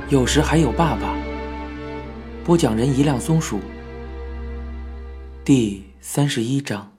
有时还有爸爸。播讲人一辆松鼠。第31章。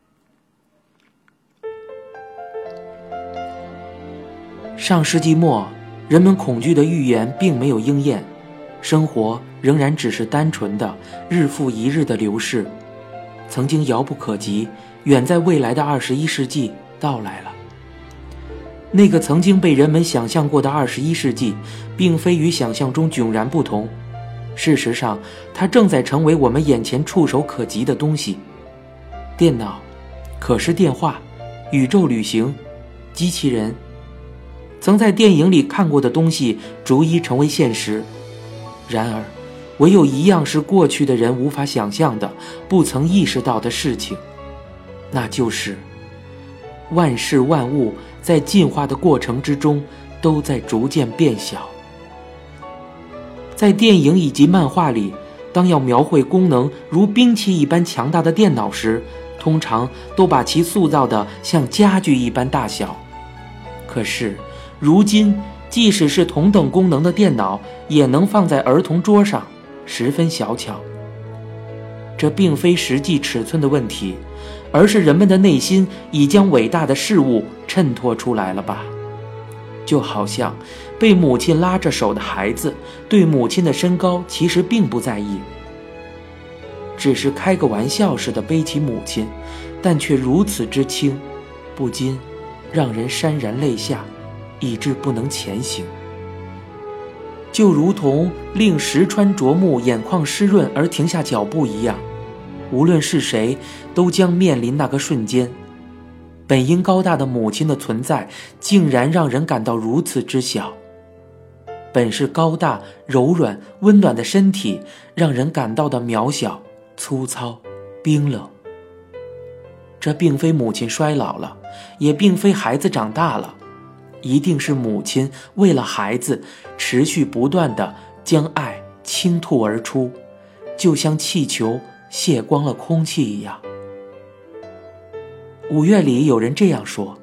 上世纪末，人们恐惧的预言并没有应验，生活仍然只是单纯的日复一日的流逝。曾经遥不可及、远在未来的21世纪到来了。那个曾经被人们想象过的21世纪，并非与想象中迥然不同。事实上，它正在成为我们眼前触手可及的东西。电脑、可视电话、宇宙旅行、机器人，曾在电影里看过的东西逐一成为现实。然而，唯有一样是过去的人无法想象的、不曾意识到的事情，那就是万事万物在进化的过程之中都在逐渐变小。在电影以及漫画里，当要描绘功能如兵器一般强大的电脑时，通常都把其塑造得像家具一般大小。可是如今，即使是同等功能的电脑也能放在儿童桌上，十分小巧。这并非实际尺寸的问题，而是人们的内心已将伟大的事物衬托出来了吧。就好像被母亲拉着手的孩子，对母亲的身高其实并不在意，只是开个玩笑似的背起母亲，但却如此之轻，不禁让人潸然泪下，以致不能前行。就如同令石川啄木眼眶湿润而停下脚步一样，无论是谁都将面临那个瞬间，本应高大的母亲的存在竟然让人感到如此之小。本是高大柔软温暖的身体让人感到的渺小粗糙冰冷。这并非母亲衰老了，也并非孩子长大了，一定是母亲为了孩子持续不断地将爱倾吐而出，就像气球泄光了空气一样。5月里有人这样说，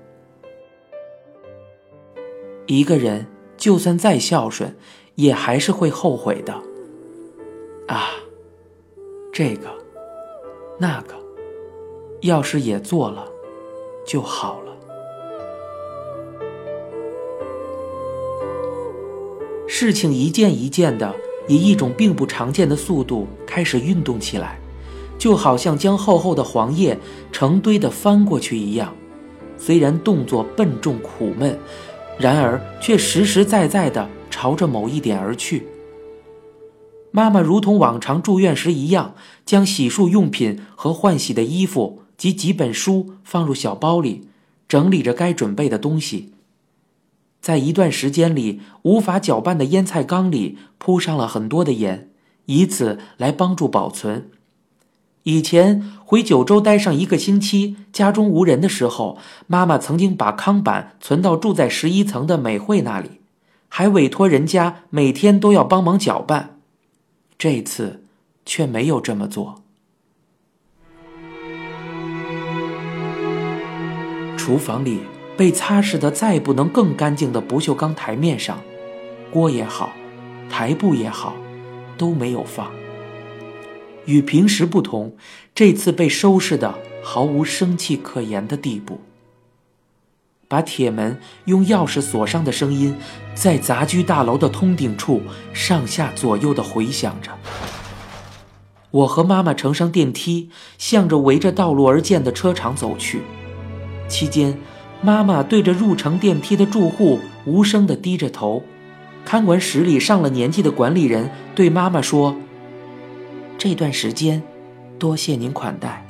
一个人就算再孝顺，也还是会后悔的。啊，这个那个要是也做了就好了。事情一件一件的以一种并不常见的速度开始运动起来，就好像将厚厚的黄叶成堆地翻过去一样。虽然动作笨重苦闷，然而却实实在在地朝着某一点而去。妈妈如同往常住院时一样，将洗漱用品和换洗的衣服及几本书放入小包里，整理着该准备的东西。在一段时间里，无法搅拌的腌菜缸里铺上了很多的盐，以此来帮助保存。以前回九州待上1个星期，家中无人的时候，妈妈曾经把糠板存到住在11层的美惠那里，还委托人家每天都要帮忙搅拌。这次却没有这么做。厨房里被擦拭得再不能更干净的不锈钢台面上，锅也好，台布也好，都没有放。与平时不同，这次被收拾得毫无生气可言的地步。把铁门用钥匙锁上的声音在杂居大楼的通顶处上下左右地回响着。我和妈妈乘上电梯，向着围着道路而建的车场走去。期间，妈妈对着入城电梯的住户无声地低着头。看管室里上了年纪的管理人对妈妈说，这段时间多谢您款待。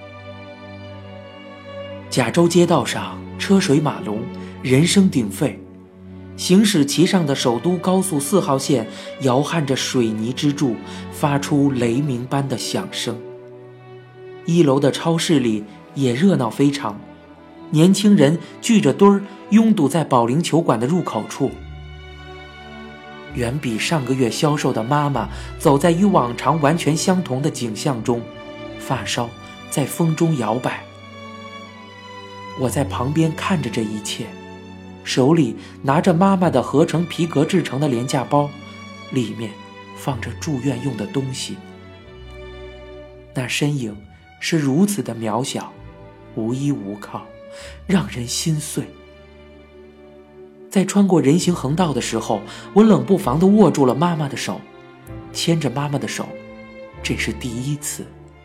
甲州街道上车水马龙，人声鼎沸，行驶其上的首都高速4号线摇撼着水泥支柱，发出雷鸣般的响声。1楼的超市里也热闹非常，年轻人聚着堆儿拥堵在保龄球馆的入口处。远比上个月消瘦的妈妈走在与往常完全相同的景象中，发梢在风中摇摆。我在旁边看着这一切，手里拿着妈妈的合成皮革制成的廉价包， 里面放着住院用的东西。那身影是如此的渺小，无依无靠，让人心碎。在穿过人行横道的时候，我冷不防地握住了妈妈的手，牵着妈妈的手，这是第一次。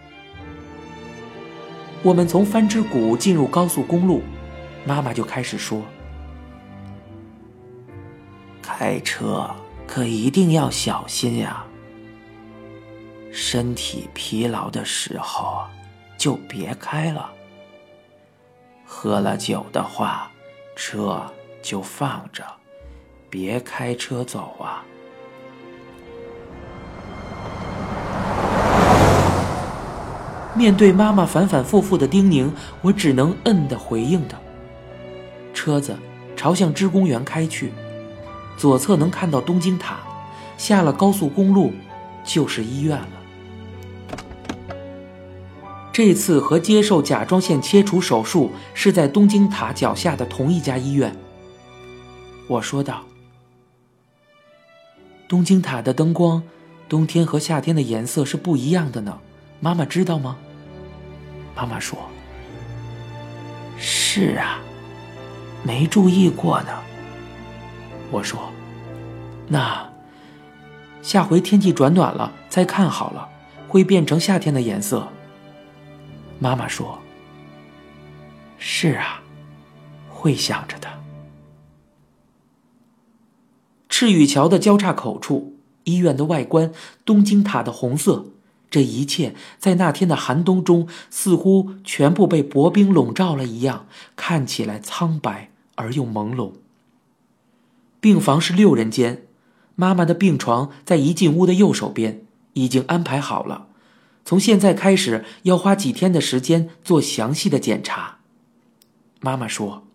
我们从番枝谷进入高速公路，妈妈就开始说：开车可一定要小心呀，身体疲劳的时候就别开了，喝了酒的话，车就放着，别开车走啊。面对妈妈反反复复的叮咛，我只能摁地回应的。车子朝向芝公园开去，左侧能看到东京塔，下了高速公路就是医院了。这次和接受甲状腺切除手术是在东京塔脚下的同一家医院。我说道：东京塔的灯光冬天和夏天的颜色是不一样的呢，妈妈知道吗？妈妈说：是啊，没注意过呢。我说：那下回天气转暖了再看好了，会变成夏天的颜色。妈妈说：是啊，会想着的。赤羽桥的交叉口处，医院的外观，东京塔的红色，这一切在那天的寒冬中似乎全部被薄冰笼罩了一样，看起来苍白而又朦胧。病房是6人间，妈妈的病床在一进屋的右手边，已经安排好了，从现在开始要花几天的时间做详细的检查。妈妈说：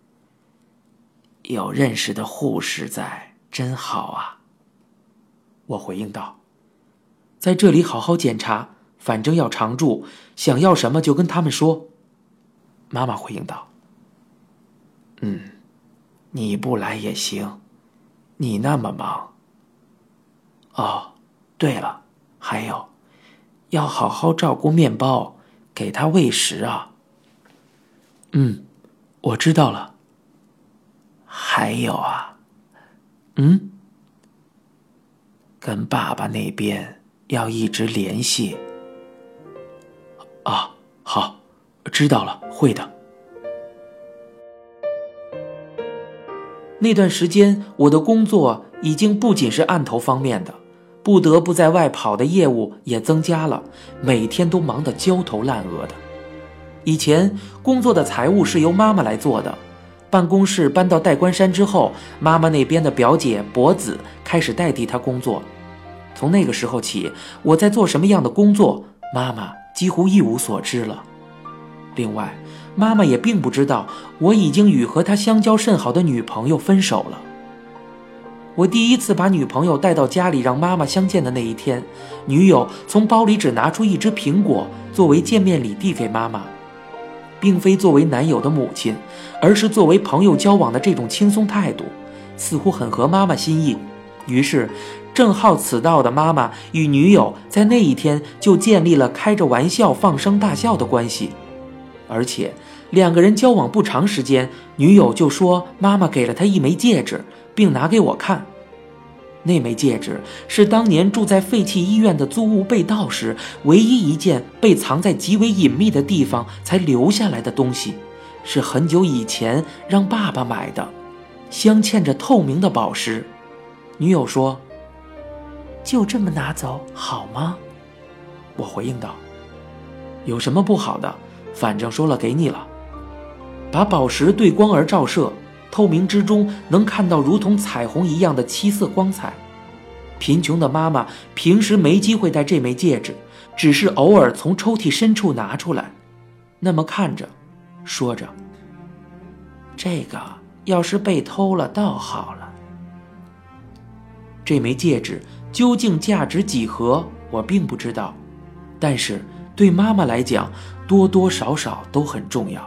有认识的护士在真好啊。我回应道：在这里好好检查，反正要常住，想要什么就跟他们说。妈妈回应道：你不来也行，你那么忙。哦，对了，还有，要好好照顾面包，给他喂食啊。我知道了。还有啊，跟爸爸那边要一直联系。啊，好，知道了，会的。那段时间，我的工作已经不仅是案头方面的，不得不在外跑的业务也增加了，每天都忙得焦头烂额的。以前工作的财务是由妈妈来做的，办公室搬到代官山之后，妈妈那边的表姐博子开始代替她工作。从那个时候起，我在做什么样的工作，妈妈几乎一无所知了。另外，妈妈也并不知道我已经与和她相交甚好的女朋友分手了。我第一次把女朋友带到家里让妈妈相见的那一天，女友从包里只拿出一只苹果作为见面礼递给妈妈，并非作为男友的母亲，而是作为朋友交往的这种轻松态度，似乎很合妈妈心意。于是正好此道的妈妈与女友在那一天就建立了开着玩笑放声大笑的关系。而且2个人交往不长时间，女友就说妈妈给了她一枚戒指，并拿给我看。那枚戒指是当年住在废弃医院的租屋被盗时唯一一件被藏在极为隐秘的地方才留下来的东西，是很久以前让爸爸买的，镶嵌着透明的宝石。女友说：就这么拿走好吗？我回应道：有什么不好的，反正说了给你了。把宝石对光而照射，透明之中能看到如同彩虹一样的7色光彩。贫穷的妈妈平时没机会戴这枚戒指，只是偶尔从抽屉深处拿出来，那么看着说着：这个要是被偷了倒好了。这枚戒指究竟价值几何，我并不知道，但是对妈妈来讲，多多少少都很重要。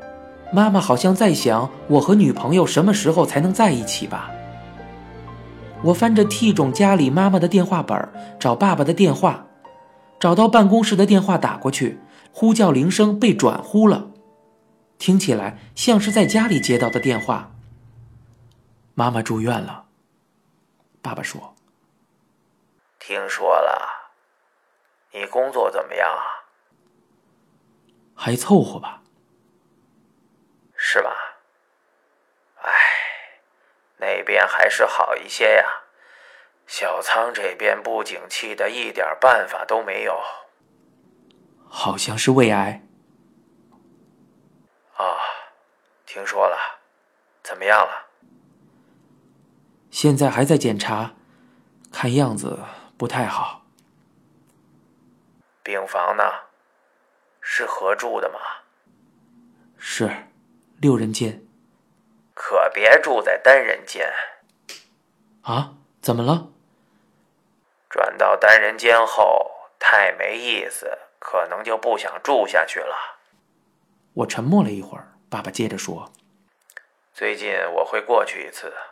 妈妈好像在想我和女朋友什么时候才能在一起吧。 我翻着 T 总家里妈妈的电话本找爸爸的电话，找到办公室的电话打过去，呼叫铃声被转呼了，听起来像是在家里接到的电话。妈妈住院了，爸爸说。 听说了，你工作怎么样啊？ 还凑合吧。 是吧？哎，那边还是好一些呀，小仓这边不景气的一点办法都没有。 好像是胃癌。 啊，听说了，怎么样了？ 现在还在检查，看样子不太好。 病房呢？是合住的吗？ 是，6人间。 可别住在单人间。 啊？怎么了？ 转到单人间后太没意思，可能就不想住下去了。 我沉默了一会儿，爸爸接着说： 最近我会过去一次。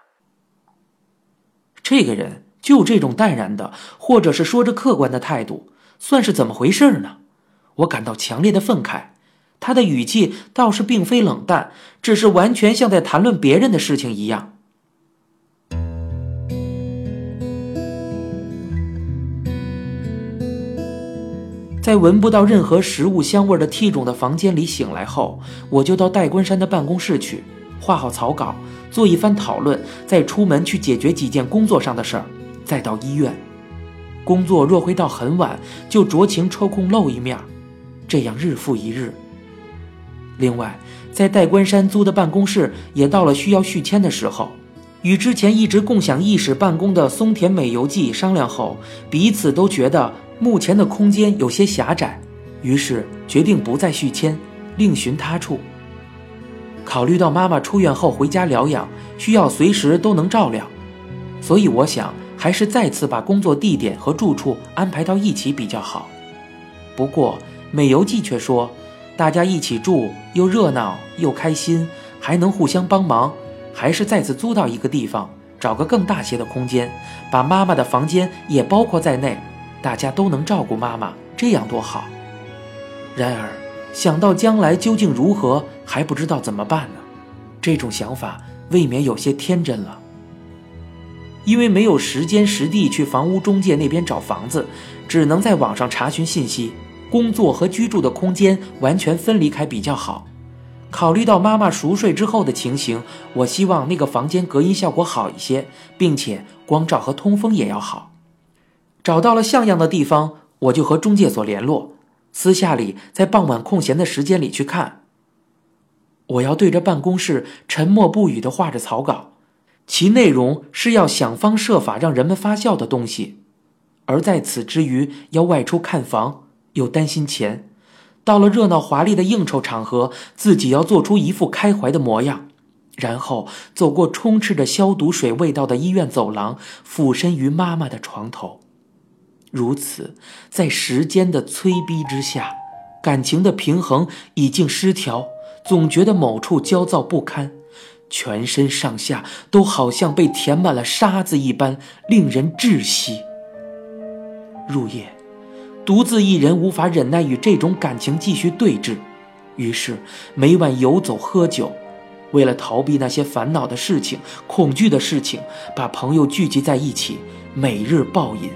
这个人就这种淡然的，或者是说着客观的态度，算是怎么回事呢？我感到强烈的愤慨，他的语气倒是并非冷淡，只是完全像在谈论别人的事情一样。在闻不到任何食物香味的 T 总的房间里醒来后，我就到戴冠山的办公室去，画好草稿，做一番讨论，再出门去解决几件工作上的事儿，再到医院。工作若会到很晚，就酌情抽空露一面，这样日复一日。另外，在戴冠山租的办公室也到了需要续签的时候，与之前一直共享一室办公的松田美由纪商量后，彼此都觉得目前的空间有些狭窄，于是决定不再续签，另寻他处。考虑到妈妈出院后回家疗养，需要随时都能照料，所以我想还是再次把工作地点和住处安排到一起比较好。不过美由纪却说，大家一起住又热闹又开心，还能互相帮忙，还是再次租到一个地方，找个更大些的空间，把妈妈的房间也包括在内，大家都能照顾妈妈，这样多好。然而想到将来究竟如何，还不知道怎么办呢，这种想法未免有些天真了。因为没有时间实地去房屋中介那边找房子，只能在网上查询信息，工作和居住的空间完全分离开比较好。考虑到妈妈熟睡之后的情形，我希望那个房间隔音效果好一些，并且光照和通风也要好。找到了像样的地方，我就和中介所联络，私下里在傍晚空闲的时间里去看。我要对着办公室沉默不语地画着草稿，其内容是要想方设法让人们发笑的东西，而在此之余要外出看房，又担心钱，到了热闹华丽的应酬场合，自己要做出一副开怀的模样，然后走过充斥着消毒水味道的医院走廊，俯身于妈妈的床头。如此，在时间的催逼之下，感情的平衡已经失调，总觉得某处焦躁不堪，全身上下都好像被填满了沙子一般，令人窒息。入夜，独自一人无法忍耐与这种感情继续对峙，于是每晚游走喝酒，为了逃避那些烦恼的事情、恐惧的事情，把朋友聚集在一起，每日暴饮。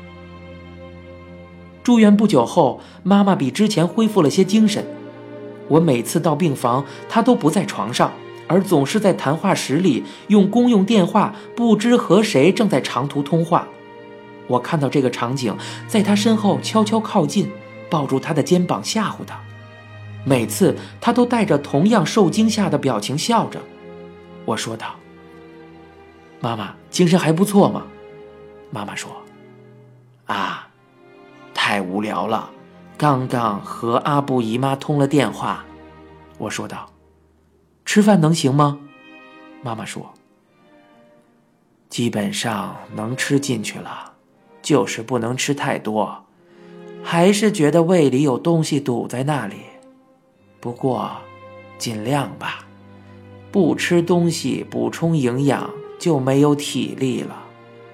住院不久后，妈妈比之前恢复了些精神。我每次到病房，她都不在床上，而总是在谈话室里用公用电话，不知和谁正在长途通话。我看到这个场景，在她身后悄悄靠近，抱住她的肩膀吓唬她。每次她都带着同样受惊吓的表情笑着。我说道：妈妈精神还不错吗？妈妈说：啊，太无聊了，刚刚和阿布姨妈通了电话。我说道：吃饭能行吗？妈妈说：基本上能吃进去了，就是不能吃太多，还是觉得胃里有东西堵在那里。不过尽量吧，不吃东西补充营养就没有体力了。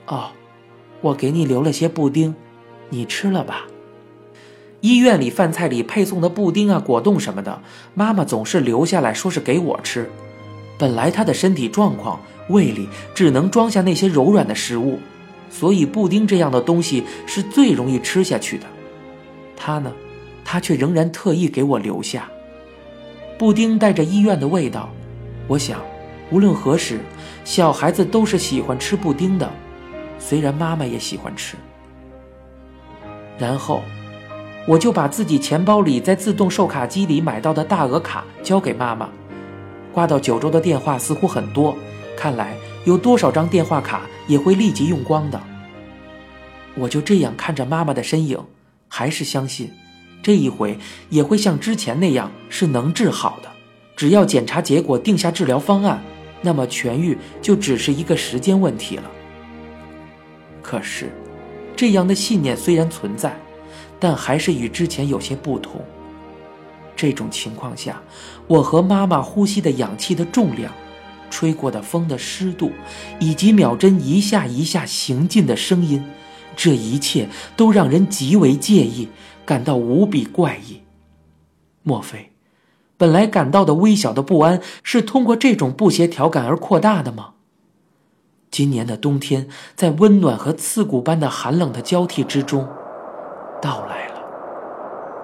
哦，我给你留了些布丁，你吃了吧。医院里饭菜里配送的布丁啊、果冻什么的，妈妈总是留下来说是给我吃。本来她的身体状况，胃里只能装下那些柔软的食物，所以布丁这样的东西是最容易吃下去的。她却仍然特意给我留下。布丁带着医院的味道，我想无论何时，小孩子都是喜欢吃布丁的，虽然妈妈也喜欢吃。然后我就把自己钱包里在自动售卡机里买到的大额卡交给妈妈。挂到9州的电话似乎很多，看来有多少张电话卡也会立即用光的。我就这样看着妈妈的身影，还是相信这一回也会像之前那样是能治好的。只要检查结果定下治疗方案，那么痊愈就只是一个时间问题了。可是这样的信念虽然存在，但还是与之前有些不同。这种情况下，我和妈妈呼吸的氧气的重量，吹过的风的湿度，以及秒针一下一下行进的声音，这一切都让人极为介意，感到无比怪异。莫非本来感到的微小的不安是通过这种不协调感而扩大的吗？今年的冬天在温暖和刺骨般的寒冷的交替之中到来了。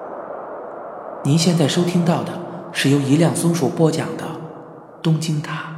您现在收听到的是由一辆松鼠播讲的《东京塔》。